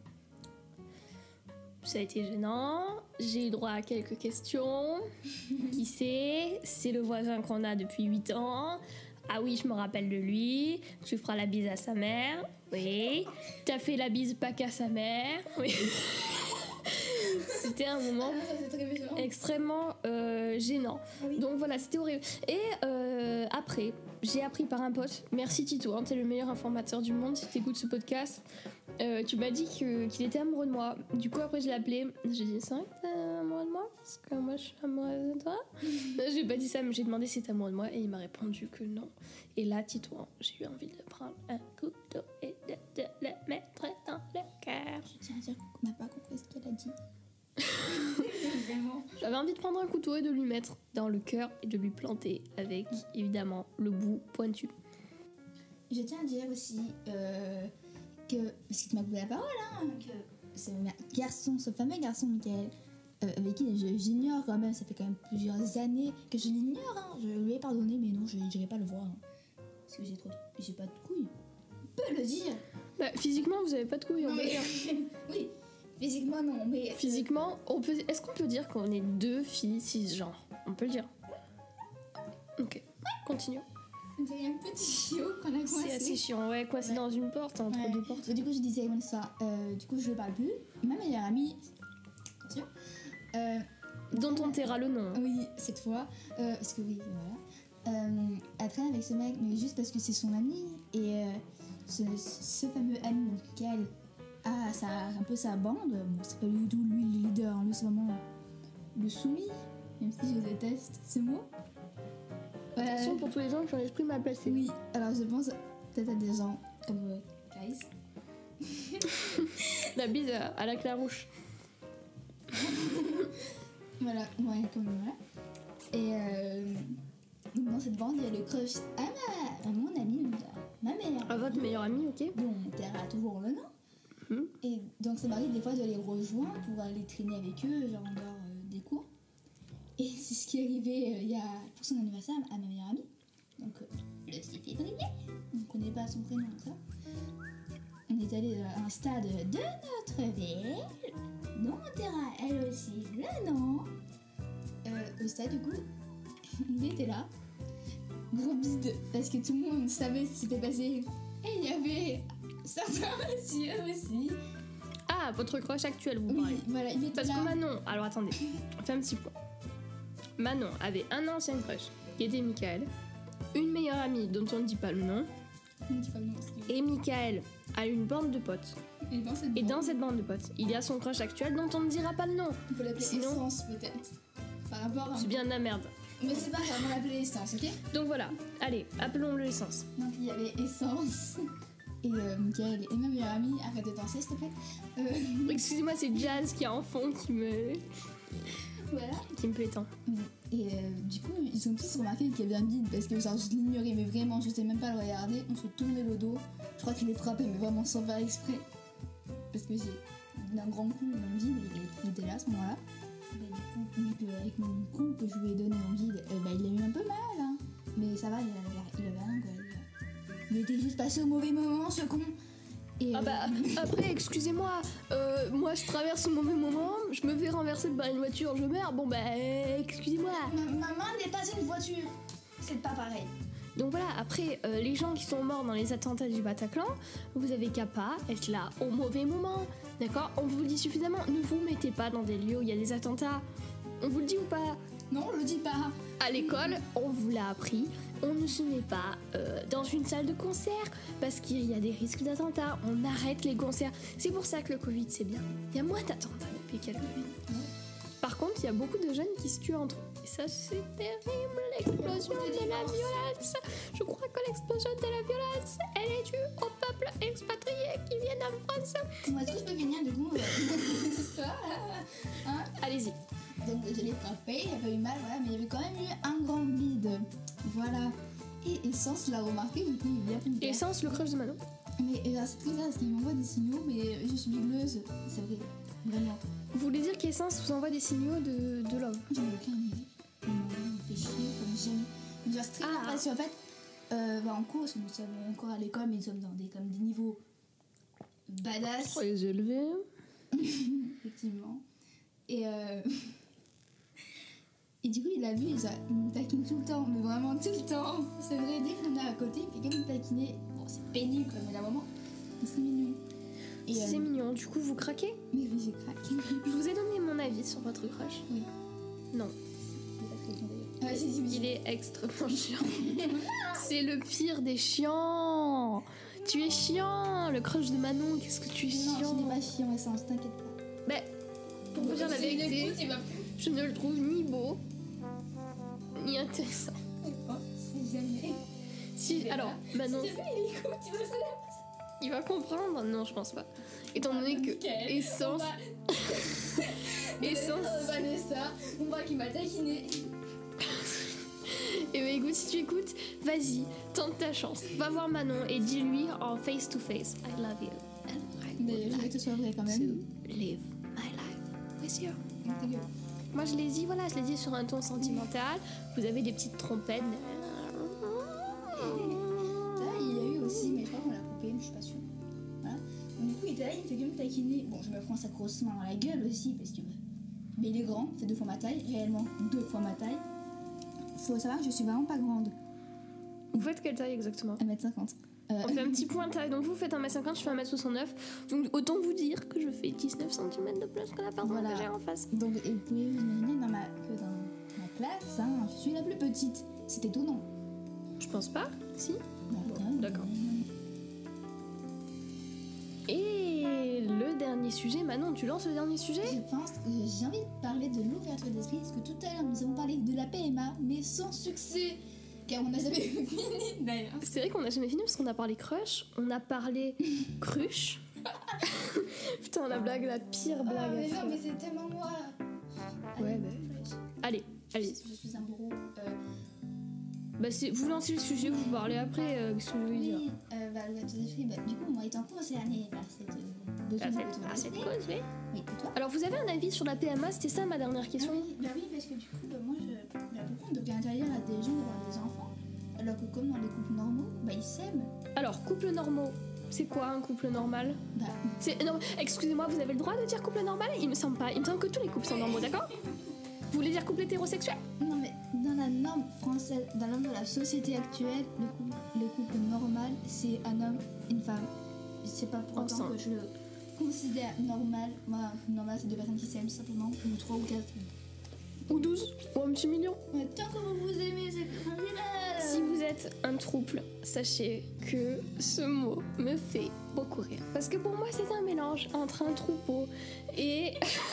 Ça a été gênant, j'ai eu droit à quelques questions. Qui c'est le voisin qu'on a depuis 8 ans. Ah oui, je me rappelle de lui. Tu feras la bise à sa mère. Oui. T'as fait la bise pas qu'à sa mère. Oui. C'était un moment extrêmement gênant. Ah oui. Donc voilà, c'était horrible. Et après, j'ai appris par un pote. Merci Tito, hein, t'es le meilleur informateur du monde si t'écoutes ce podcast. Tu m'as dit qu'il était amoureux de moi. Du coup, après, je l'ai appelé. J'ai dit, c'est vrai que t'es amoureux de moi? Parce que moi, je suis amoureuse de toi. J'ai pas dit ça, mais j'ai demandé si t'es amoureux de moi. Et il m'a répondu que non. Et là, Tito, hein, j'ai eu envie de prendre un couteau et de le mettre dans le cœur. Je tiens à dire qu'on n'a pas compris ce qu'elle a dit. Vraiment. J'avais envie de prendre un couteau et de lui mettre dans le cœur et de lui planter avec, évidemment, le bout pointu. Je tiens à dire aussi que, parce que tu m'as coupé la parole, hein, que ce fameux garçon, Michael, avec qui j'ignore quand même, ça fait quand même plusieurs années que je l'ignore, hein. Je lui ai pardonné, mais non, je n'irai pas le voir. Hein, parce que j'ai pas de couilles. On peut le dire. Bah, physiquement, vous avez pas de couilles, on peut dire. Oui, physiquement, non, mais... Physiquement, est-ce qu'on peut dire qu'on est 2 filles cisgenres? On peut le dire. Ok, continue. Il y a un petit chiot qu'on a coincé. C'est assez chiant, ouais, coincé dans une porte, entre 2 portes. Et du coup, je disais mon histoire. Du coup, je ne parle plus. Ma meilleure amie... Attention. Dont on taira le nom. Oui, cette fois. Parce que oui, voilà. Elle traîne avec ce mec, mais juste parce que c'est son ami. Et ce fameux ami, donc, Michael, a un peu sa bande. Bon, c'est pas du tout lui le leader, hein. Lui, c'est vraiment le soumis. Même si je déteste ce mot. Attention pour tous les gens qui ont l'esprit mal placé. Oui, alors je pense peut-être à des gens comme Clarisse. La bise à la Clarouche. Voilà, ouais, comme voilà. Et donc dans cette bande, il y a le crush à mon ami, donc à ma meilleure À votre meilleure amie, ok. dont on taira toujours le nom. Et donc ça m'arrive des fois de les rejoindre pour aller traîner avec eux, genre en dehors des cours. Et c'est ce qui est arrivé il y a pour son anniversaire à ma meilleure amie. Donc le 6 février, on ne connaît pas son prénom donc ça. On est allé à un stade de notre ville, dont on taira elle aussi le nom. Au stade du coup, il était là, gros bide, parce que tout le monde savait ce qui s'était passé. Et il y avait certains messieurs aussi. Ah, votre crush actuel, vous parlez. Oui, voilà, il était Parce là. que Manon, alors attendez, on fait un petit point. Manon avait un ancien crush qui était Michael, une meilleure amie dont on ne dit pas le nom, On dit pas le nom, parce que- Et Michael a une bande de potes. Et dans cette Et bande, dans cette bande de potes, il y a son crush actuel dont on ne dira pas le nom. on peut l'appeler Sinon- Essence peut-être. Par rapport à. C'est bien de la merde. Mais c'est pas grave, on l'appelait Essence, ok? Donc voilà, allez, appelons-le Essence. Donc il y avait Essence. Et Michael et ma meilleure amie, arrête de danser s'il te plaît. Excusez-moi, c'est Jazz qui est en fond Voilà. qui me plaît tant. Et du coup, ils ont tous remarqué qu'il y avait un vide parce que genre, je l'ignorais, mais vraiment, je sais même pas le regarder. On se tournait le dos. Je crois qu'il les frappait, mais vraiment sans faire exprès. Parce que j'ai d'un grand coup dans le vide et il était là à ce moment-là. Bah, du coup, vu qu'avec mon coup que je lui ai donné dans le vide, bah, il a eu un peu mal. Hein. Mais ça va, il avait rien quoi. Il était juste passé au mauvais moment, ce con. Et, Ah bah, après, excusez-moi, moi je traverse un mauvais moment, je me fais renverser par une voiture, je meurs, bon bah, excusez-moi. Maman n'est pas une voiture. C'est pas pareil. Donc voilà, après, les gens qui sont morts dans les attentats du Bataclan, vous avez qu'à pas être là au mauvais moment, d'accord? On vous le dit suffisamment, ne vous mettez pas dans des lieux où il y a des attentats. On vous le dit ou pas? Non, on le dit pas. À l'école, on vous l'a appris, on ne se met pas dans une salle de concert parce qu'il y a des risques d'attentats, on arrête les concerts. C'est pour ça que le Covid c'est bien. Il y a moins d'attentats depuis quelques années. Par contre, il y a beaucoup de jeunes qui se tuent entre eux. Et ça, c'est terrible, l'explosion de la violence. Je crois que l'explosion de la violence, elle est due au peuple expatrié qui vient en France. Moi, est-ce que je peux finir du coup l'histoire hein? Allez-y. Donc je l'ai frappé, il a pas eu mal, voilà, mais il y avait quand même eu un grand vide. Voilà. Et Essence l'a remarqué, du coup il vient plus me faire. Essence, le crush de Manon. Mais c'est très bizarre parce qu'il m'envoie des signaux, mais je suis bigleuse, c'est vrai, vraiment. Vous voulez dire qu'Essence vous envoie des signaux de love? J'en ai aucun idée. Il me fait chier comme jamais. Mais genre, c'est très bien parce qu'en fait, en cours, parce que nous sommes encore à l'école, mais nous sommes dans des niveaux badass. Très élevé. Effectivement. Et et du coup, il a vu, il me taquine tout le temps, mais vraiment tout le temps. C'est vrai, dès qu'on est à côté, il fait que me taquiner. Bon, c'est pénible, quoi, mais là, vraiment, c'est mignon. Et, C'est mignon, du coup vous craquez? Mais oui, j'ai craqué. Je vous ai donné mon avis sur votre crush. Oui. Non, Ah, si, il est extrêmement chiant. C'est le pire des chiants. Tu es chiant, le crush de Manon, qu'est-ce que tu es Non, chiant. tu n'es pas chiant, Essence, t'inquiète pas. Mais, pour vous dire la vérité, je ne le trouve ni beau, ni intéressant. C'est jamais. Si, alors, Manon, Si jamais il écoute, tu vas se la il va comprendre? Non, je pense pas. Étant donné que Essence... Essence... Vanessa, on voit qu'il m'a taquiné. Et bah écoute, si tu écoutes, vas-y, tente ta chance. Va voir Manon et dis-lui en face to face, I love you. And I Mais would je voudrais like que ce soit vrai quand to même. live my life with you. Ta gueule. Moi je l'ai dit, voilà, je l'ai dit sur un ton sentimental. Vous avez des petites trompettes. Là, il y a eu aussi, mais je crois qu'on l'a coupé, mais je suis pas sûre. Voilà. Donc, du coup, il était là, il me fait que me taquiner. Bon, je me prends sa grosse main dans la gueule aussi, parce que. Mais il est grand, c'est 2 fois ma taille, réellement 2 fois ma taille. Faut savoir que je suis vraiment pas grande. Vous faites quelle taille exactement? 1m50. On fait un petit point de taille. Donc vous faites 1m50, je fais 1m69. Donc autant vous dire que je fais 19 cm de plus que la personne Voilà. que j'ai en face. Donc, et vous pouvez vous imaginer que dans ma classe, hein, je suis la plus petite. C'est étonnant. Je pense pas, si. Bon, d'accord. Et le dernier sujet, Manon, tu lances le dernier sujet? Je pense que j'ai envie de parler de l'ouverture d'esprit, parce que tout à l'heure nous avons parlé de la PMA, mais sans succès, car on n'a jamais fini d'ailleurs. C'est vrai qu'on n'a jamais fini parce qu'on a parlé crush, on a parlé cruche. Putain, la blague, la pire blague. à mais faire. non, mais c'est tellement moi. Ouais, Allez, allez. Je suis un gros. Bah, vous lancez le sujet, vous parlez après. Qu'est-ce que je veux dire? Oui, l'ouverture d'esprit, du coup, moi étant concernée par cette notion d'ouverture cette d'esprit. cause, oui. Oui, et toi? Alors, vous avez un avis sur la PMA? C'était ça ma dernière question. Oui, parce que du coup, moi, on devrait interdire à des gens d'avoir des enfants, alors que comme dans les couples normaux, ils s'aiment. Alors, couple normaux, c'est quoi un couple normal? Non, excusez-moi, vous avez le droit de dire couple normal? Il me semble pas. Il me semble que tous les couples sont normaux, d'accord? Vous voulez dire couple hétérosexuel? Non, mais dans la norme française, dans la norme de la société actuelle, le couple normal, c'est un homme, une femme. C'est pas pour autant Ensemble. que je le considère normal. Moi, un couple normal, c'est 2 personnes qui s'aiment simplement, ou 3 ou 4. Ou 12? Ou un petit million? Mais tant que vous vous aimez, c'est plus original. Si vous êtes un trouble, sachez que ce mot me fait beaucoup rire. Parce que pour moi, c'est un mélange entre un troupeau et...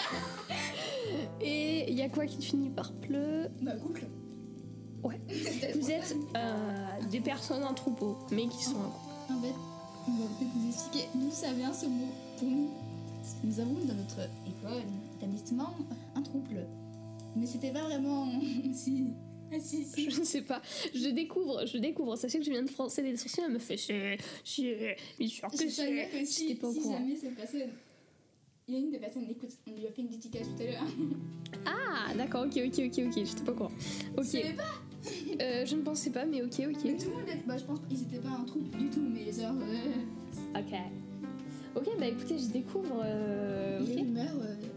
et il y a quoi qui finit par pleu? Bah, couple. Ouais. Vous êtes des personnes en troupeau, mais qui sont en couple. En fait, on va peut-être vous expliquer d'où ça vient ce mot pour nous. Nous avons dans notre école, établissement, un trouble. Mais c'était pas vraiment... si... Ah si. Je ne sais pas, je découvre. Sachez que je viens de froncer des sourcils, elle me fait chier, mais sûr que savais que si j'étais pas au courant. jamais cette personne... Il y a une des personnes, écoute, on lui a fait une dédicace tout à l'heure. Ah, d'accord, ok, j'étais pas au courant. Ok. Tu savais pas? Je ne pensais pas, mais ok. Mais tout le monde, bah, je pense qu'ils étaient pas un trouble du tout, mais genre... Ok. Ok, bah écoutez, je découvre. Les Ok. rumeurs...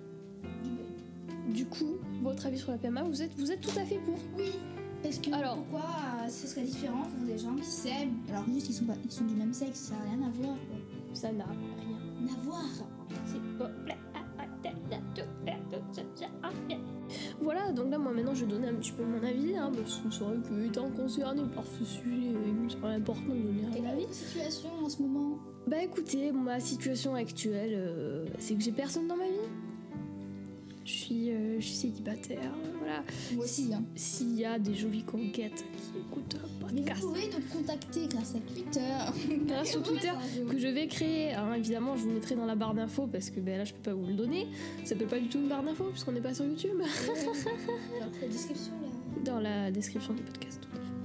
Du coup, votre avis sur la PMA, vous êtes tout à fait pour. Oui, parce que Alors. pourquoi ce serait différent pour des gens qui s'aiment? Alors juste ils sont du même sexe, ça n'a rien à voir quoi. Ça n'a rien. À voir. Voilà, donc là, moi maintenant, je vais donner un petit peu mon avis, hein, parce que c'est vrai que étant concerné par ce sujet, il me semble important de donner Quelle un est avis. votre situation en ce moment? Bah écoutez, ma situation actuelle, c'est que j'ai personne dans ma vie. Je suis célibataire, voilà. Moi aussi, hein. S'il y a des jolies conquêtes qui écoutent un Mais vous podcast, pouvez nous contacter grâce à Twitter. grâce au Twitter que je vais créer, hein, évidemment, je vous mettrai dans la barre d'infos parce que ben, là, je peux pas vous le donner. Ça s'appelle pas du tout une barre d'infos puisqu'on n'est pas sur YouTube. La description là. Dans la description du podcast.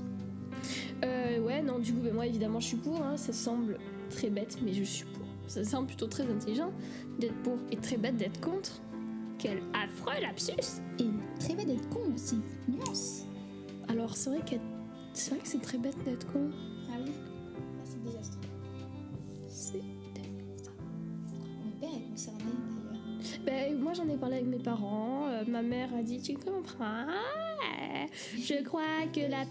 Ouais, non, du coup, ben, moi, évidemment, je suis pour. Hein, ça semble très bête, mais je suis pour. Ça semble plutôt très intelligent d'être pour et très bête d'être contre. Quel affreux lapsus! Et très bête d'être con aussi. Nuance. Alors, c'est vrai que c'est très bête d'être con. Ah oui. Ah, c'est désastreux. C'est... Mon père est concerné d'ailleurs. Ben, moi, j'en ai parlé avec mes parents. Ma mère a dit, tu comprends? Je crois que la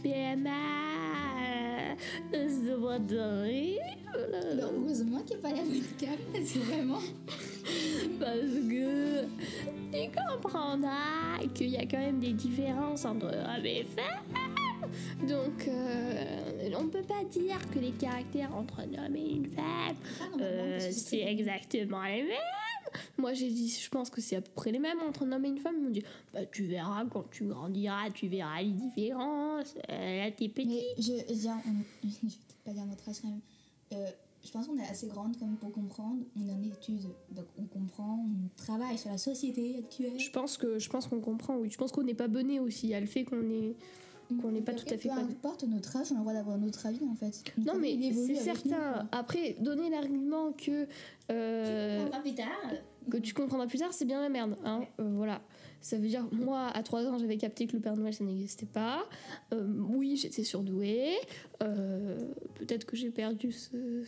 PMA se va dormir. Alors, heureusement qu'il n'y a pas la webcam, parce que vraiment. Parce que tu comprendras qu'il y a quand même des différences entre hommes et femmes. Donc, on peut pas dire que les caractères entre un homme et une femme, c'est exactement les mêmes. Moi, j'ai dit, je pense que c'est à peu près les mêmes entre un homme et une femme. Ils m'ont dit, bah, tu verras quand tu grandiras, tu verras les différences. Là, t'es petit. Mais je vais peut-être pas dire notre âge quand même. Je pense qu'on est assez grande quand même pour comprendre. On est en études, donc on comprend, on travaille sur la société actuelle. Je pense qu'on comprend, oui. Je pense qu'on n'est pas bonnet aussi. Il y a le fait qu'on n'est pas tout à fait Peu importe notre âge, on a le droit d'avoir notre avis en fait. Non, mais Il évolue c'est avec nous, certain. quoi. Après, donner l'argument que Plus tard. que tu comprendras plus tard, c'est bien la merde. Hein. Voilà. Ça veut dire, moi, à 3 ans, j'avais capté que le Père Noël, ça n'existait pas. Oui, j'étais surdouée. Peut-être que j'ai perdu ce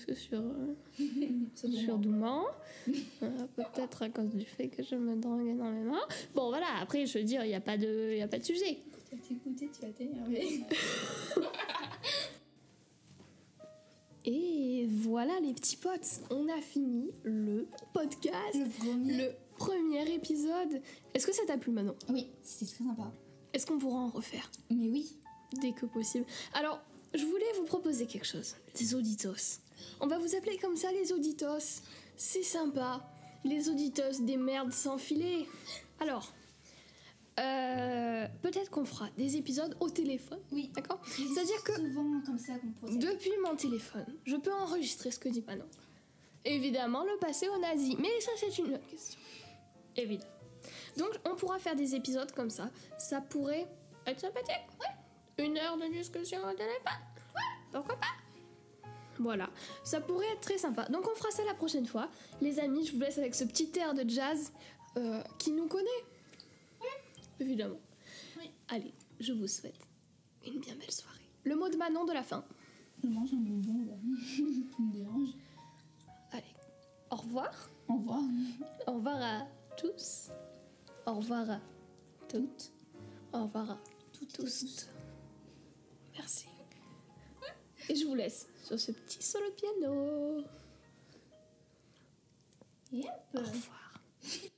surdouement. Peut-être à cause du fait que je me drogue énormément. Bon, voilà. Après, je veux dire, il n'y a pas de sujet. Tu vas t'écouter, tu vas t'énerver. Et voilà les petits potes, on a fini le podcast, le premier épisode. Est-ce que ça t'a plu Manon? Oui, c'était très sympa. Est-ce qu'on pourra en refaire? Mais oui. Dès que possible. Alors, je voulais vous proposer quelque chose, les auditos. On va vous appeler comme ça les auditos. C'est sympa, les auditos des merdes sans filet. Alors... peut-être qu'on fera des épisodes au téléphone. Oui. D'accord. C'est-à-dire que souvent comme ça qu'on procède. depuis mon téléphone, je peux enregistrer ce que dit Manon. Évidemment, le passer au nazi. Mais ça, c'est une autre question. Évidemment. Donc, on pourra faire des épisodes comme ça. Ça pourrait être sympathique. Ouais. 1 heure de discussion au téléphone. Ouais. Pourquoi pas? Voilà. Ça pourrait être très sympa. Donc, on fera ça la prochaine fois. Les amis, je vous laisse avec ce petit air de jazz qui nous connaît. Évidemment. Oui. Allez, je vous souhaite une bien belle soirée. Le mot de Manon de la fin. Je mange un bonbon là. Tu me dérange. Allez, au revoir. Au revoir. Au revoir à tous. Au revoir à toutes. Au revoir à tous. Merci. Et je vous laisse sur ce petit solo piano. Yep. Au revoir.